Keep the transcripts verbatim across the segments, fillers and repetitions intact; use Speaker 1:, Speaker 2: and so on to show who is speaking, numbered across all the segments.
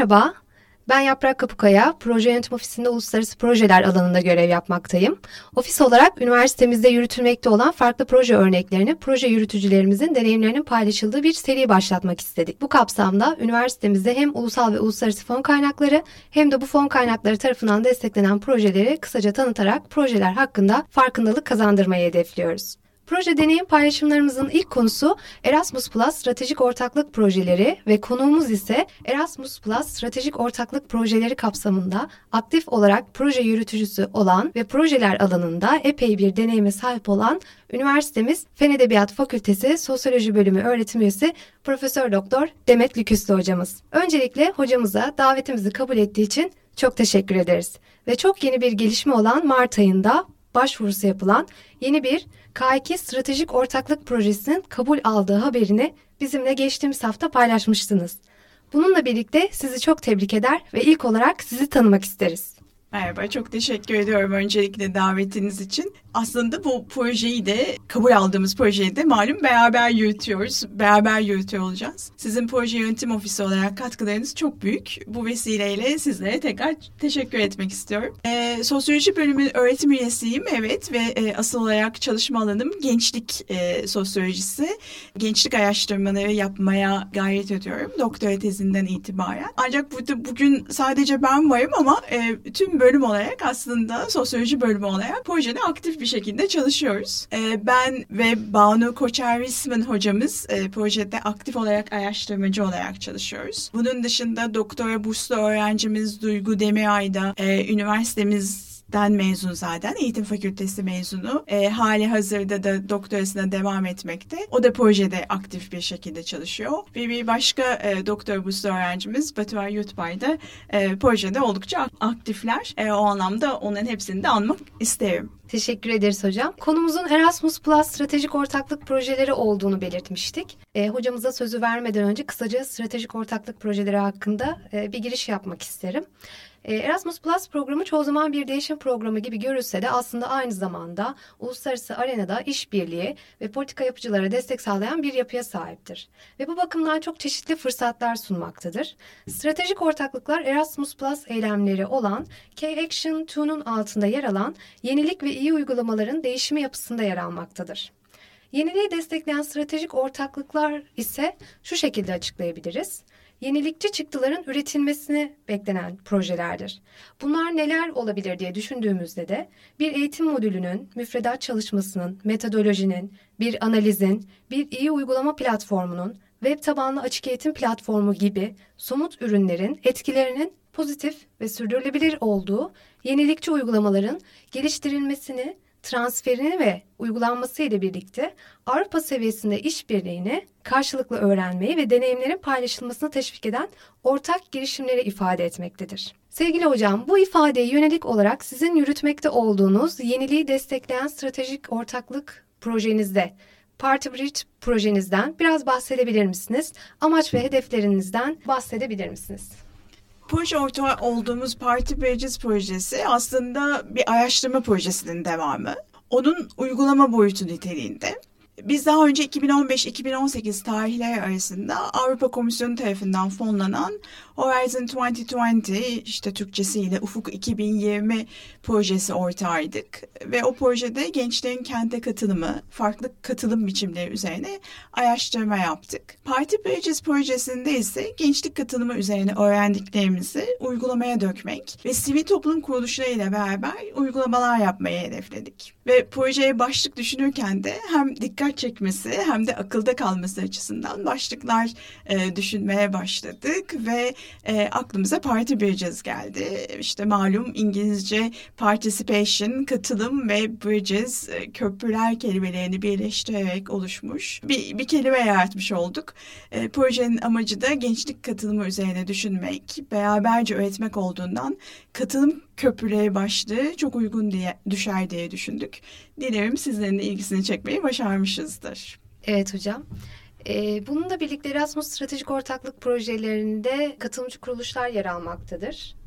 Speaker 1: Merhaba, ben Yaprak Kapukaya, Proje Yönetim Ofisi'nde Uluslararası Projeler alanında görev yapmaktayım. Ofis olarak üniversitemizde yürütülmekte olan farklı proje örneklerini, proje yürütücülerimizin deneyimlerinin paylaşıldığı bir seri başlatmak istedik. Bu kapsamda üniversitemizde hem ulusal ve uluslararası fon kaynakları hem de bu fon kaynakları tarafından desteklenen projeleri kısaca tanıtarak projeler hakkında farkındalık kazandırmayı hedefliyoruz. Proje deneyim paylaşımlarımızın ilk konusu Erasmus Plus Stratejik Ortaklık Projeleri ve konuğumuz ise Erasmus Plus Stratejik Ortaklık Projeleri kapsamında aktif olarak proje yürütücüsü olan ve projeler alanında epey bir deneyime sahip olan üniversitemiz Fen Edebiyat Fakültesi Sosyoloji Bölümü öğretim üyesi Profesör Doktor Demet Lüküslü hocamız. Öncelikle hocamıza davetimizi kabul ettiği için çok teşekkür ederiz. Ve çok yeni bir gelişme olan Mart ayında başvurusu yapılan yeni bir K iki Stratejik Ortaklık Projesi'nin kabul aldığı haberini bizimle geçtiğimiz hafta paylaşmıştınız. Bununla birlikte sizi çok tebrik eder ve ilk olarak sizi tanımak isteriz.
Speaker 2: Merhaba, çok teşekkür ediyorum öncelikle davetiniz için. Aslında bu projeyi de, kabul aldığımız projeyi de malum beraber yürütüyoruz, beraber yürütüyor olacağız. Sizin proje yönetim ofisi olarak katkılarınız çok büyük. Bu vesileyle sizlere tekrar teşekkür etmek istiyorum. Ee, sosyoloji bölümü öğretim üyesiyim, evet ve e, asıl olarak çalışma alanım gençlik e, sosyolojisi. Gençlik araştırmaları yapmaya gayret ediyorum doktora tezinden itibaren. Ancak burada bugün sadece ben varım ama e, tüm bölüm olarak aslında sosyoloji bölümü olarak projede aktif bir şekilde çalışıyoruz. Ee, ben ve Banu Koçer-Risman hocamız e, projede aktif olarak araştırmacı olarak çalışıyoruz. Bunun dışında doktora burslu öğrencimiz Duygu Demiray da e, üniversitemiz den mezun zaten. Eğitim Fakültesi mezunu. E, hali hazırda da doktorasına devam etmekte. O da projede aktif bir şekilde çalışıyor. Ve bir başka e, doktor burslu öğrencimiz Baturay Yurtbay da e, projede oldukça aktifler. E, o anlamda onların hepsini de anmak isterim.
Speaker 1: Teşekkür ederiz hocam. Konumuzun Erasmus Plus Stratejik Ortaklık Projeleri olduğunu belirtmiştik. E, hocamıza sözü vermeden önce kısaca stratejik ortaklık projeleri hakkında e, bir giriş yapmak isterim. Erasmus Plus programı çoğu zaman bir değişim programı gibi görülse de aslında aynı zamanda uluslararası arenada işbirliği ve politika yapıcılara destek sağlayan bir yapıya sahiptir. Ve bu bakımdan çok çeşitli fırsatlar sunmaktadır. Stratejik ortaklıklar Erasmus Plus eylemleri olan K-Action iki'nun altında yer alan yenilik ve iyi uygulamaların değişimi yapısında yer almaktadır. Yeniliği destekleyen stratejik ortaklıklar ise şu şekilde açıklayabiliriz. Yenilikçi çıktıların üretilmesini beklenen projelerdir. Bunlar neler olabilir diye düşündüğümüzde de bir eğitim modülünün, müfredat çalışmasının, metodolojinin, bir analizin, bir iyi uygulama platformunun, web tabanlı açık eğitim platformu gibi somut ürünlerin etkilerinin pozitif ve sürdürülebilir olduğu yenilikçi uygulamaların geliştirilmesini, transferini ve uygulanması ile birlikte Avrupa seviyesinde işbirliğini, karşılıklı öğrenmeyi ve deneyimlerin paylaşılmasını teşvik eden ortak girişimleri ifade etmektedir. Sevgili hocam, bu ifadeye yönelik olarak sizin yürütmekte olduğunuz yeniliği destekleyen stratejik ortaklık projenizde, Party Bridge projenizden biraz bahsedebilir misiniz? Amaç ve hedeflerinizden bahsedebilir misiniz?
Speaker 2: Proje ortağı olduğumuz Party Bridges projesi aslında bir araştırma projesinin devamı. Onun uygulama boyutu niteliğinde. Biz daha önce iki bin on beş iki bin on sekiz tarihleri arasında Avrupa Komisyonu tarafından fonlanan Horizon yirmi yirmi, işte Türkçesiyle Ufuk iki bin yirmi projesi ortağıydık. Ve o projede gençlerin kente katılımı, farklı katılım biçimleri üzerine araştırma yaptık. Party Bridges projesinde ise gençlik katılımı üzerine öğrendiklerimizi uygulamaya dökmek ve sivil toplum kuruluşlarıyla beraber uygulamalar yapmayı hedefledik. Ve projeye başlık düşünürken de hem dikkat çekmesi hem de akılda kalması açısından başlıklar e, düşünmeye başladık ve e, aklımıza Party Bridges geldi. İşte malum İngilizce participation, katılım ve bridges, e, köprüler kelimelerini birleştirerek oluşmuş bir, bir kelime yaratmış olduk. E, projenin amacı da gençlik katılımı üzerine düşünmek, beraberce öğretmek olduğundan katılım köprüleri başlığı çok uygun diye düşer diye düşündük. Dilerim sizlerin de ilgisini çekmeyi başarmışızdır.
Speaker 1: Evet hocam. Ee, bununla birlikte Erasmus Stratejik Ortaklık projelerinde katılımcı kuruluşlar yer almaktadır.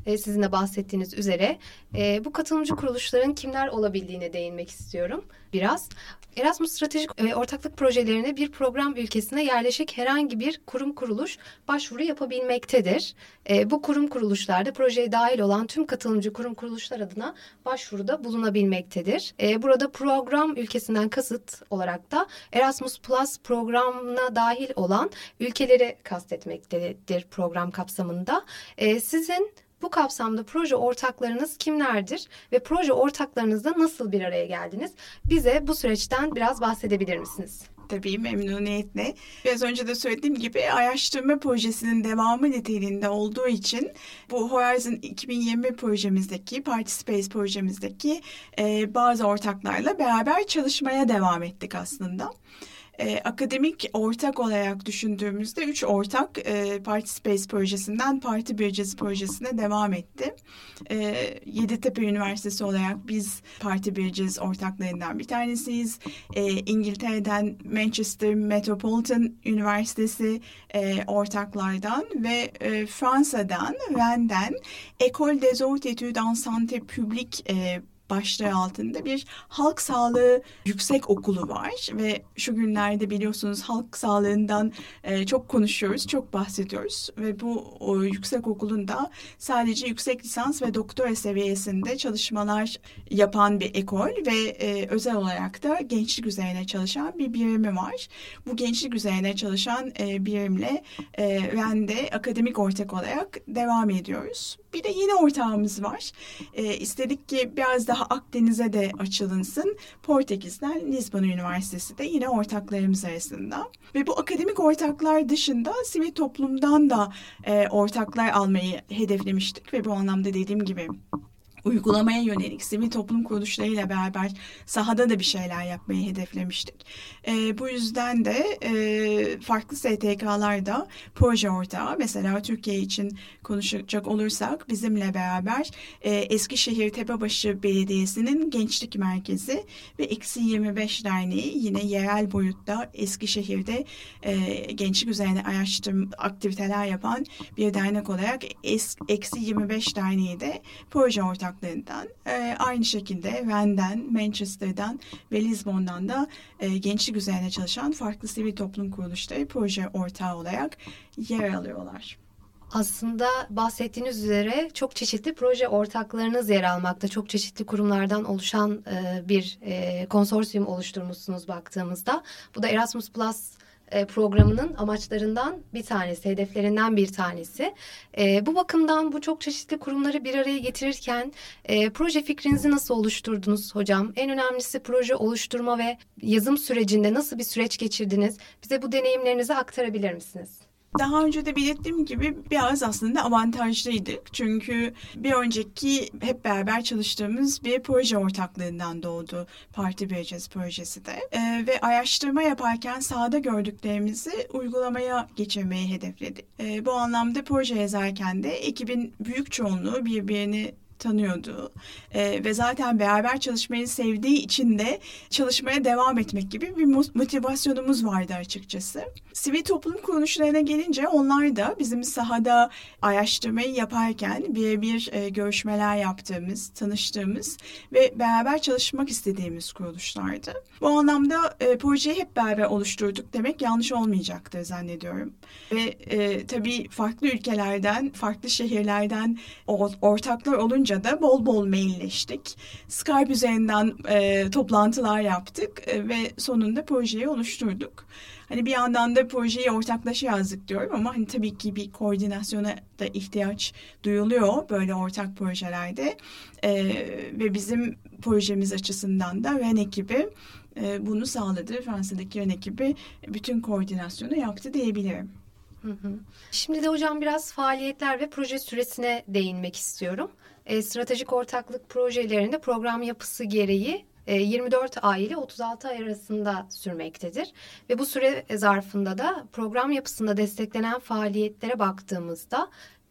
Speaker 1: e, sizin de bahsettiğiniz üzere e, bu katılımcı kuruluşların kimler olabildiğine değinmek istiyorum biraz. Erasmus Stratejik e, Ortaklık Projelerine bir program ülkesine yerleşik herhangi bir kurum kuruluş başvuru yapabilmektedir. E, bu kurum kuruluşlarda projeye dahil olan tüm katılımcı kurum kuruluşlar adına başvuruda bulunabilmektedir. E, burada program ülkesinden kasıt olarak da Erasmus Plus programına dahil olan ülkeleri kastetmektedir program kapsamında. E, sizin bu kapsamda proje ortaklarınız kimlerdir ve proje ortaklarınızla nasıl bir araya geldiniz? Bize bu süreçten biraz bahsedebilir misiniz?
Speaker 2: Tabii, memnuniyetle. Biraz önce de söylediğim gibi araştırma projesinin devamı niteliğinde olduğu için bu Horizon iki bin yirmi projemizdeki, Partispace projemizdeki e, bazı ortaklarla beraber çalışmaya devam ettik aslında. E, akademik ortak olarak düşündüğümüzde üç ortak e, Partispace projesinden Party Bridges projesine devam etti. E, Yeditepe Üniversitesi olarak biz Party Bridges ortaklarından bir tanesiyiz. E, İngiltere'den Manchester Metropolitan Üniversitesi e, ortaklardan ve e, Fransa'dan, Rennes'den École des Hautes Études en Santé Publique e, başlığı altında bir halk sağlığı yüksek okulu var ve şu günlerde biliyorsunuz halk sağlığından e, çok konuşuyoruz, çok bahsediyoruz ve bu o, yüksek okulun da sadece yüksek lisans ve doktora seviyesinde çalışmalar yapan bir ekol ve e, özel olarak da gençlik üzerine çalışan bir birimi var. Bu gençlik üzerine çalışan e, birimle e, ben de akademik ortak olarak devam ediyoruz. Bir de yeni ortağımız var. E, istedik ki biraz daha Akdeniz'e de açılınsın. Portekiz'den Lisbon Üniversitesi de yine ortaklarımız arasında. Ve bu akademik ortaklar dışında sivil toplumdan da e, ortaklar almayı hedeflemiştik. Ve bu anlamda dediğim gibi uygulamaya yönelik sivil toplum kuruluşlarıyla beraber sahada da bir şeyler yapmayı hedeflemiştik. E, bu yüzden de e, farklı S T K'lar da proje ortağı, mesela Türkiye için konuşacak olursak bizimle beraber e, Eskişehir Tepebaşı Belediyesi'nin Gençlik Merkezi ve Eksi yirmi beş Derneği yine yerel boyutta Eskişehir'de e, gençlik üzerine araştırma aktiviteler yapan bir dernek olarak es, Eksi yirmi beş Derneği de proje ortağı Ee, aynı şekilde Rennes'den, Manchester'dan ve Lisbon'dan da e, gençlik üzerine çalışan farklı sivil toplum kuruluşları proje ortağı olarak yer alıyorlar.
Speaker 1: Aslında bahsettiğiniz üzere çok çeşitli proje ortaklarınız yer almakta. Çok çeşitli kurumlardan oluşan e, bir e, konsorsiyum oluşturmuşsunuz baktığımızda. Bu da Erasmus Plus programının amaçlarından bir tanesi, hedeflerinden bir tanesi. E, bu bakımdan bu çok çeşitli kurumları bir araya getirirken e, proje fikrinizi nasıl oluşturdunuz hocam? En önemlisi proje oluşturma ve yazım sürecinde nasıl bir süreç geçirdiniz? Bize bu deneyimlerinizi aktarabilir misiniz?
Speaker 2: Daha önce de belirttiğim gibi biraz aslında avantajlıydık. Çünkü bir önceki hep beraber çalıştığımız bir proje ortaklığından doğdu Party Bridges projesi de. Ee, ve araştırma yaparken sahada gördüklerimizi uygulamaya geçirmeyi hedefledik. Ee, bu anlamda proje yazarken de ekibin büyük çoğunluğu birbirini tanıyordu ee, ve zaten beraber çalışmayı sevdiği için de çalışmaya devam etmek gibi bir motivasyonumuz vardı açıkçası. Sivil toplum kuruluşlarına gelince onlar da bizim sahada araştırmayı yaparken birebir e, görüşmeler yaptığımız, tanıştığımız ve beraber çalışmak istediğimiz kuruluşlardı. Bu anlamda e, projeyi hep beraber oluşturduk demek yanlış olmayacaktır zannediyorum. Ve e, tabii farklı ülkelerden, farklı şehirlerden ortaklar olunca da bol bol mailleştik. Skype üzerinden e, toplantılar yaptık e, ve sonunda projeyi oluşturduk. Hani bir yandan da projeyi ortaklaşa yazdık diyorum ama hani tabii ki bir koordinasyona da ihtiyaç duyuluyor böyle ortak projelerde. E, ve bizim projemiz açısından da Rennes ekibi e, bunu sağladı. Fransa'daki Rennes ekibi bütün koordinasyonu yaptı diyebilirim.
Speaker 1: Hı hı. Şimdi de hocam biraz faaliyetler ve proje süresine değinmek istiyorum. E, stratejik ortaklık projelerinde program yapısı gereği e, yirmi dört ay ile otuz altı ay arasında sürmektedir. Ve bu süre zarfında da program yapısında desteklenen faaliyetlere baktığımızda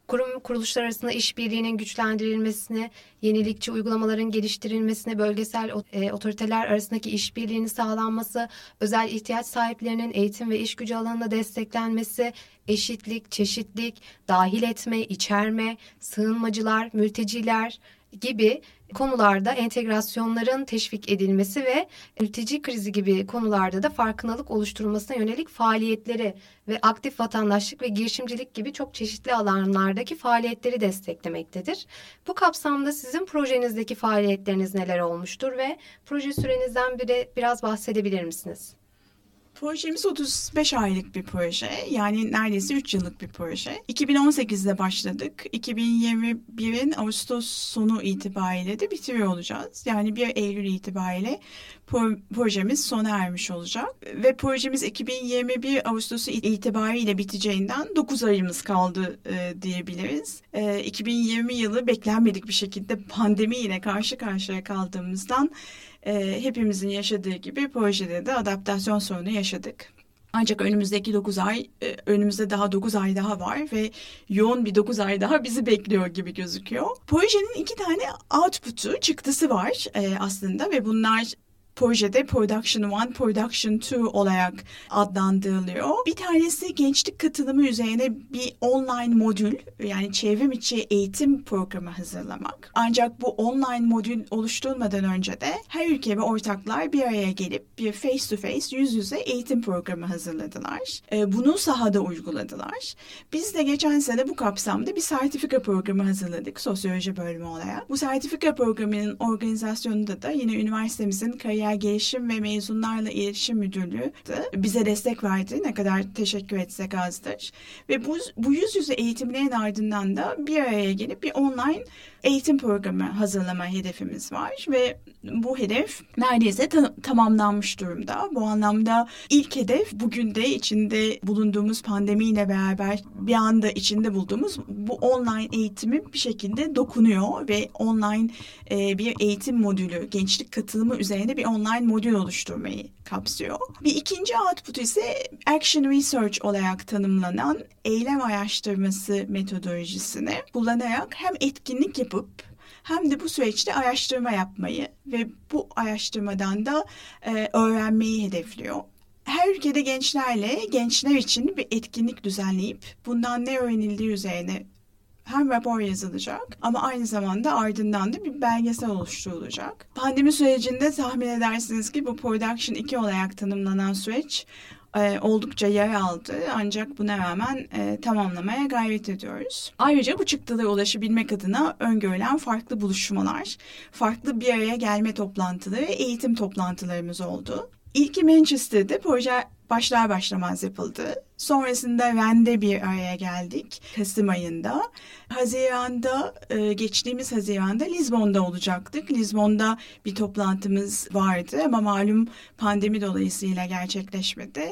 Speaker 1: kurum kuruluşlar arasında işbirliğinin güçlendirilmesini, yenilikçi uygulamaların geliştirilmesini, bölgesel e, otoriteler arasındaki işbirliğinin sağlanması, özel ihtiyaç sahiplerinin eğitim ve iş gücü alanında desteklenmesi, eşitlik, çeşitlilik, dahil etme, içerme, sığınmacılar, mülteciler gibi konularda entegrasyonların teşvik edilmesi ve mülteci krizi gibi konularda da farkındalık oluşturulmasına yönelik faaliyetleri ve aktif vatandaşlık ve girişimcilik gibi çok çeşitli alanlardaki faaliyetleri desteklemektedir. Bu kapsamda sizin projenizdeki faaliyetleriniz neler olmuştur ve proje sürenizden biri biraz bahsedebilir misiniz?
Speaker 2: Projemiz otuz beş aylık bir proje. Yani neredeyse üç yıllık bir proje. iki bin on sekizde başladık. iki bin yirmi birin Ağustos sonu itibariyle de bitiriyor olacağız. Yani bir Eylül itibariyle projemiz sona ermiş olacak. Ve projemiz iki bin yirmi bir Ağustos itibariyle biteceğinden dokuz ayımız kaldı e, diyebiliriz. E, iki bin yirmi yılı beklenmedik bir şekilde pandemiyle karşı karşıya kaldığımızdan e, hepimizin yaşadığı gibi projede de adaptasyon sorunu yaşadık. Ancak önümüzdeki dokuz ay, önümüzde daha dokuz ay daha var ve yoğun bir dokuz ay daha bizi bekliyor gibi gözüküyor. Projenin iki tane output'u, çıktısı var e, aslında ve bunlar projede Production one, Production two olarak adlandırılıyor. Bir tanesi gençlik katılımı üzerine bir online modül, yani çevrim içi eğitim programı hazırlamak. Ancak bu online modül oluşturulmadan önce de her ülke ve ortaklar bir araya gelip bir face to face, yüz yüze eğitim programı hazırladılar. Bunu sahada uyguladılar. Biz de geçen sene bu kapsamda bir sertifika programı hazırladık sosyoloji bölümü olarak. Bu sertifika programının organizasyonunda da yine üniversitemizin kariyer gelişim ve mezunlarla iletişim müdürlüğü bize destek verdi. Ne kadar teşekkür etsek azdır. Ve bu, bu yüz yüze eğitimlerin ardından da bir araya gelip bir online eğitim programı hazırlama hedefimiz var ve bu hedef neredeyse ta- tamamlanmış durumda. Bu anlamda ilk hedef bugün de içinde bulunduğumuz pandemiyle beraber bir anda içinde bulduğumuz bu online eğitimi bir şekilde dokunuyor ve online e, bir eğitim modülü, gençlik katılımı üzerine bir online modül oluşturmayı kapsıyor. Bir ikinci output ise Action Research olarak tanımlanan eylem araştırması metodolojisini kullanarak hem etkinlik yapıp hem de bu süreçte araştırma yapmayı ve bu araştırmadan da e, öğrenmeyi hedefliyor. Her ülkede gençlerle gençler için bir etkinlik düzenleyip bundan ne öğrenildiği üzerine hem rapor yazılacak ama aynı zamanda ardından da bir belgesel oluşturulacak. Pandemi sürecinde tahmin edersiniz ki bu Production iki olarak tanımlanan süreç e, oldukça yer aldı. Ancak buna rağmen e, tamamlamaya gayret ediyoruz. Ayrıca bu çıktılara ulaşabilmek adına öngörülen farklı buluşmalar, farklı bir araya gelme toplantıları ve eğitim toplantılarımız oldu. İlki Manchester'de proje başlar başlamaz yapıldı. Sonrasında Rennes'de bir araya geldik Kasım ayında. Haziran'da, geçtiğimiz Haziran'da Lizbon'da olacaktık. Lizbon'da bir toplantımız vardı ama malum pandemi dolayısıyla gerçekleşmedi.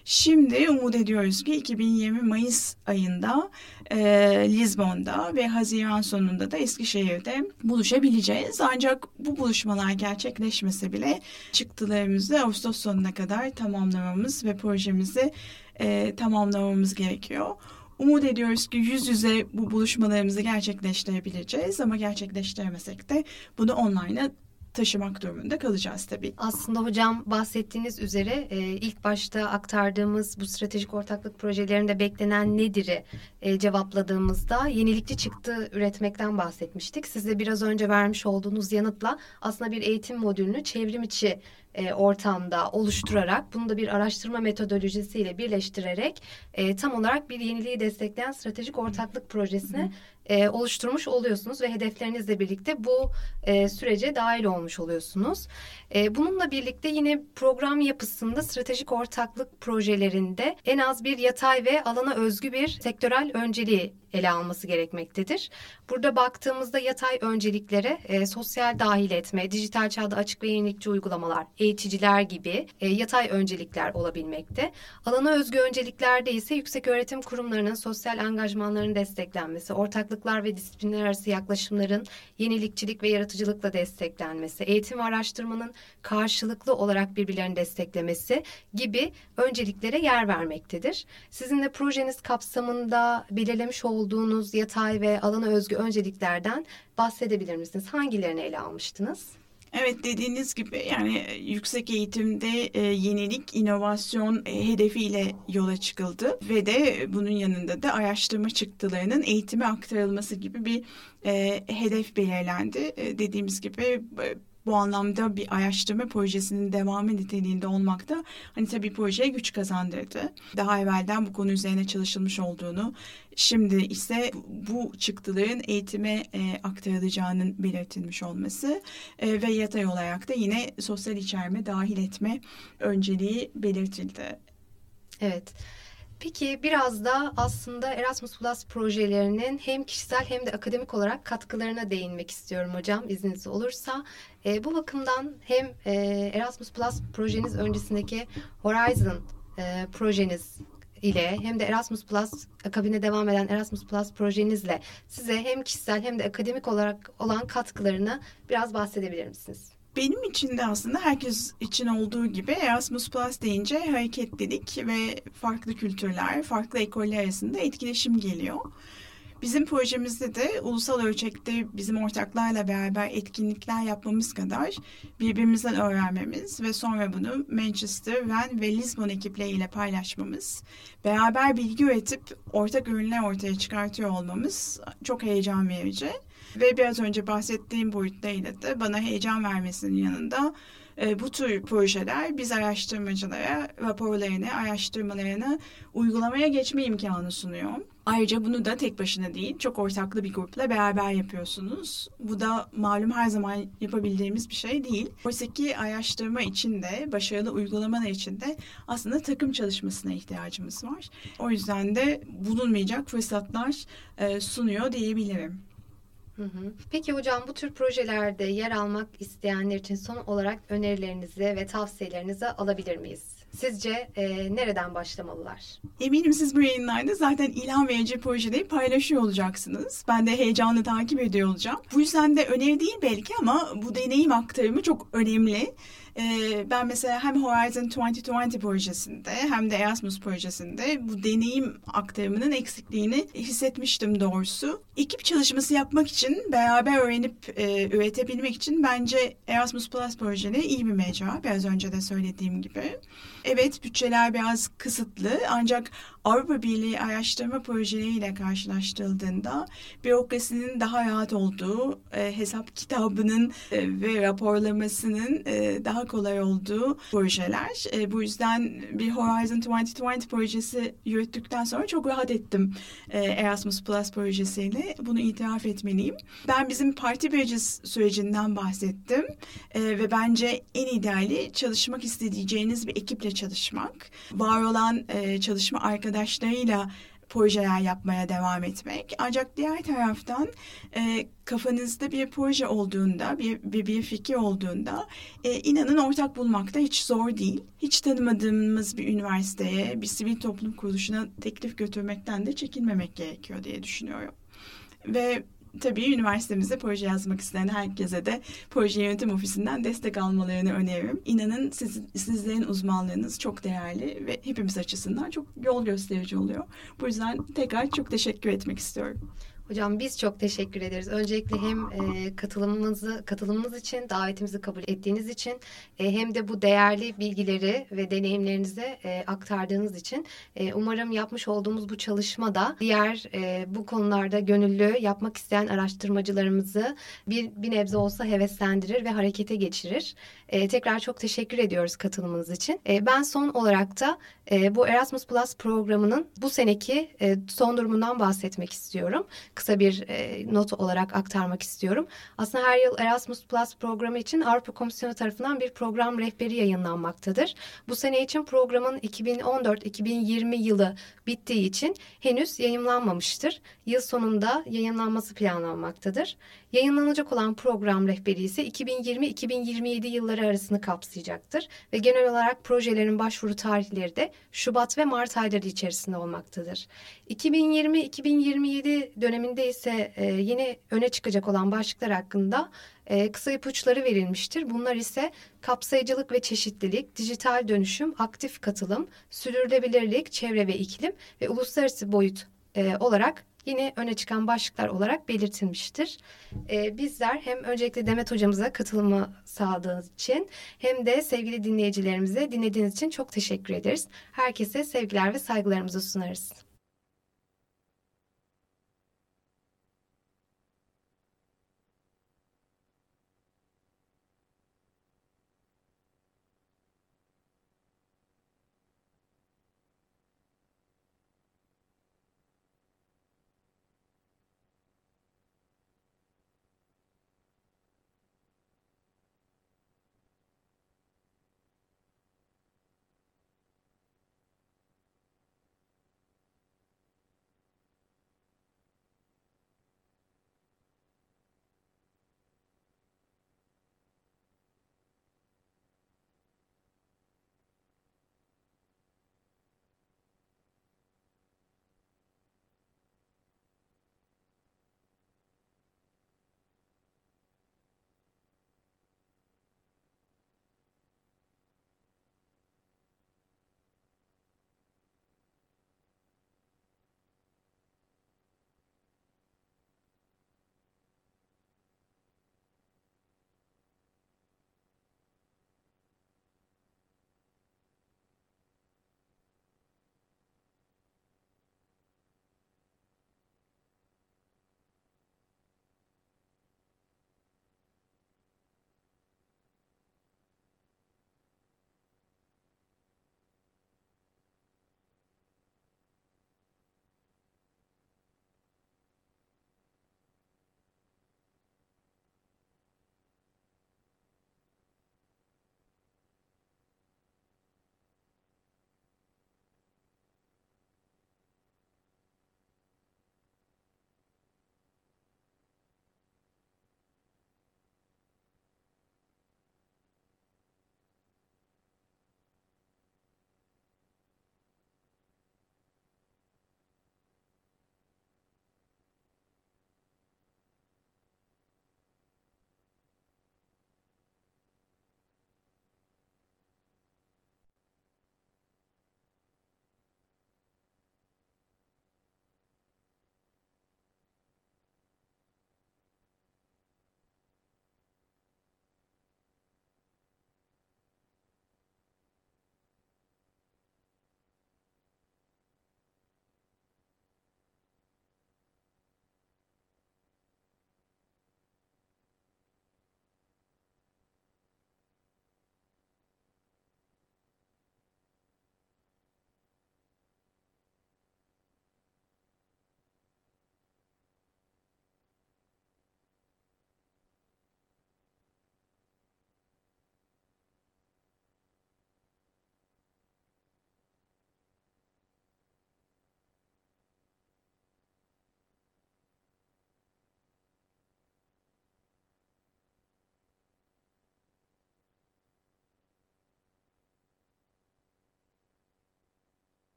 Speaker 2: Şimdi umut ediyoruz ki iki bin yirmi Mayıs ayında e, Lizbon'da ve Haziran sonunda da Eskişehir'de buluşabileceğiz. Ancak bu buluşmalar gerçekleşmese bile çıktılarımızı Ağustos sonuna kadar tamamlamamız ve projemizi e, tamamlamamız gerekiyor. Umut ediyoruz ki yüz yüze bu buluşmalarımızı gerçekleştirebileceğiz ama gerçekleştiremesek de bunu online'a taşımak durumunda kalacağız tabii.
Speaker 1: Aslında hocam bahsettiğiniz üzere e, ilk başta aktardığımız bu stratejik ortaklık projelerinde beklenen nedir'i e, cevapladığımızda yenilikçi çıktı üretmekten bahsetmiştik. Siz de biraz önce vermiş olduğunuz yanıtla aslında bir eğitim modülünü çevrim içi e, ortamda oluşturarak bunu da bir araştırma metodolojisiyle birleştirerek e, tam olarak bir yeniliği destekleyen stratejik ortaklık projesini e, oluşturmuş oluyorsunuz ve hedeflerinizle birlikte bu e, sürece dahil olmuş oluyorsunuz. E, bununla birlikte yine program yapısında stratejik ortaklık projelerinde en az bir yatay ve alana özgü bir sektörel önceliği ele alması gerekmektedir. Burada baktığımızda yatay önceliklere e, sosyal dahil etme, dijital çağda açık ve yenilikçi uygulamalar, eğiticiler gibi e, yatay öncelikler olabilmekte. Alana özgü önceliklerde ise yüksek öğretim kurumlarının sosyal angajmanlarının desteklenmesi, ortaklıklar ve disiplinler arası yaklaşımların yenilikçilik ve yaratıcılıkla desteklenmesi, eğitim ve araştırmanın karşılıklı olarak birbirlerini desteklemesi gibi önceliklere yer vermektedir. Sizin de projeniz kapsamında belirlemiş olduğunuz olduğunuz yatay ve alana özgü önceliklerden bahsedebilir misiniz? Hangilerini ele almıştınız?
Speaker 2: Evet, dediğiniz gibi yani yüksek eğitimde e, yenilik, inovasyon e, hedefiyle yola çıkıldı ve de bunun yanında da araştırma çıktılarının eğitime aktarılması gibi bir e, hedef belirlendi. E, dediğimiz gibi e, bu anlamda bir araştırma projesinin devamı niteliğinde olmak da hani tabii projeye güç kazandırdı. Daha evvelden bu konu üzerine çalışılmış olduğunu, şimdi ise bu çıktıların eğitime e, aktarılacağının belirtilmiş olması e, ve yatay olarak da yine sosyal içerme dahil etme önceliği belirtildi.
Speaker 1: Evet. Peki biraz da aslında Erasmus Plus projelerinin hem kişisel hem de akademik olarak katkılarına değinmek istiyorum hocam, izniniz olursa. E, bu bakımdan hem e, Erasmus Plus projeniz öncesindeki Horizon e, projeniz ile hem de Erasmus Plus akabine devam eden Erasmus Plus projenizle size hem kişisel hem de akademik olarak olan katkılarını biraz bahsedebilir misiniz?
Speaker 2: Benim için de aslında herkes için olduğu gibi Erasmus Plus deyince hareketlilik ve farklı kültürler, farklı ekoller arasında etkileşim geliyor. Bizim projemizde de ulusal ölçekte bizim ortaklarla beraber etkinlikler yapmamız kadar birbirimizden öğrenmemiz ve sonra bunu Manchester, Van ve Lisbon ekipleriyle paylaşmamız, beraber bilgi üretip ortak ürünler ortaya çıkartıyor olmamız çok heyecan verici. Ve biraz önce bahsettiğim boyutlarıyla da bana heyecan vermesinin yanında e, bu tür projeler biz araştırmacılara raporlarını, araştırmalarını uygulamaya geçme imkanı sunuyor. Ayrıca bunu da tek başına değil, çok ortaklı bir grupla beraber yapıyorsunuz. Bu da malum her zaman yapabildiğimiz bir şey değil. Oysa ki araştırma için de, başarılı uygulamalar için de aslında takım çalışmasına ihtiyacımız var. O yüzden de bulunmayacak fırsatlar e, sunuyor diyebilirim.
Speaker 1: Hı hı. Peki hocam, bu tür projelerde yer almak isteyenler için son olarak önerilerinizi ve tavsiyelerinizi alabilir miyiz? Sizce e, nereden başlamalılar?
Speaker 2: Eminim siz bu yayınlarda zaten ilham verici projeleri paylaşıyor olacaksınız. Ben de heyecanla takip ediyor olacağım. Bu yüzden de öneri değil belki ama bu deneyim aktarımı çok önemli. Ben mesela hem Horizon yirmi yirmi projesinde hem de Erasmus projesinde bu deneyim aktarımının eksikliğini hissetmiştim doğrusu. Ekip çalışması yapmak için, beraber öğrenip e, üretebilmek için bence Erasmus Plus projeleri iyi bir mecra. Biraz önce de söylediğim gibi. Evet, bütçeler biraz kısıtlı ancak Avrupa Birliği araştırma projeleriyle karşılaştırıldığında bürokrasinin daha rahat olduğu, e, hesap kitabının e, ve raporlamasının e, daha kolay olduğu projeler. E, bu yüzden bir Horizon yirmi yirmi projesi yürüttükten sonra çok rahat ettim e, Erasmus Plus projesiyle. Bunu itiraf etmeliyim. Ben bizim Party Bridges sürecinden bahsettim e, ve bence en ideali çalışmak isteyeceğiniz bir ekiple çalışmak. Var olan e, çalışma arkadaşlarıyla projeler yapmaya devam etmek. Ancak diğer taraftan e, kafanızda bir proje olduğunda, bir, bir, bir fikir olduğunda e, inanın ortak bulmak da hiç zor değil. Hiç tanımadığımız bir üniversiteye, bir sivil toplum kuruluşuna teklif götürmekten de çekinmemek gerekiyor diye düşünüyorum. Ve tabii üniversitemizde proje yazmak isteyen herkese de proje yönetim ofisinden destek almalarını öneririm. İnanın siz, sizlerin uzmanlığınız çok değerli ve hepimiz açısından çok yol gösterici oluyor. Bu yüzden tekrar çok teşekkür etmek istiyorum.
Speaker 1: Hocam biz çok teşekkür ederiz. Öncelikle hem e, katılımınızı katılımınız için, davetimizi kabul ettiğiniz için e, hem de bu değerli bilgileri ve deneyimlerinizi e, aktardığınız için e, umarım yapmış olduğumuz bu çalışmada diğer e, bu konularda gönüllü yapmak isteyen araştırmacılarımızı bir, bir nebze olsa heveslendirir ve harekete geçirir. E, tekrar çok teşekkür ediyoruz katılımınız için. E, ben son olarak da e, bu Erasmus Plus programının bu seneki e, son durumundan bahsetmek istiyorum. Kısa bir e, not olarak aktarmak istiyorum. Aslında her yıl Erasmus Plus programı için Avrupa Komisyonu tarafından bir program rehberi yayınlanmaktadır. Bu sene için programın iki bin on dört iki bin yirmi yılı bittiği için henüz yayımlanmamıştır. Yıl sonunda yayınlanması planlanmaktadır. Yayınlanacak olan program rehberi ise iki bin yirmi iki bin yirmi yedi yılları arasını kapsayacaktır ve genel olarak projelerin başvuru tarihleri de Şubat ve Mart ayları içerisinde olmaktadır. iki bin yirmi iki bin yirmi yedi döneminde ise e, yeni öne çıkacak olan başlıklar hakkında e, kısa ipuçları verilmiştir. Bunlar ise kapsayıcılık ve çeşitlilik, dijital dönüşüm, aktif katılım, sürdürülebilirlik, çevre ve iklim ve uluslararası boyut e, olarak yine öne çıkan başlıklar olarak belirtilmiştir. Ee, bizler hem öncelikle Demet hocamıza katılımı sağladığınız için hem de sevgili dinleyicilerimize dinlediğiniz için çok teşekkür ederiz. Herkese sevgiler ve saygılarımızı sunarız.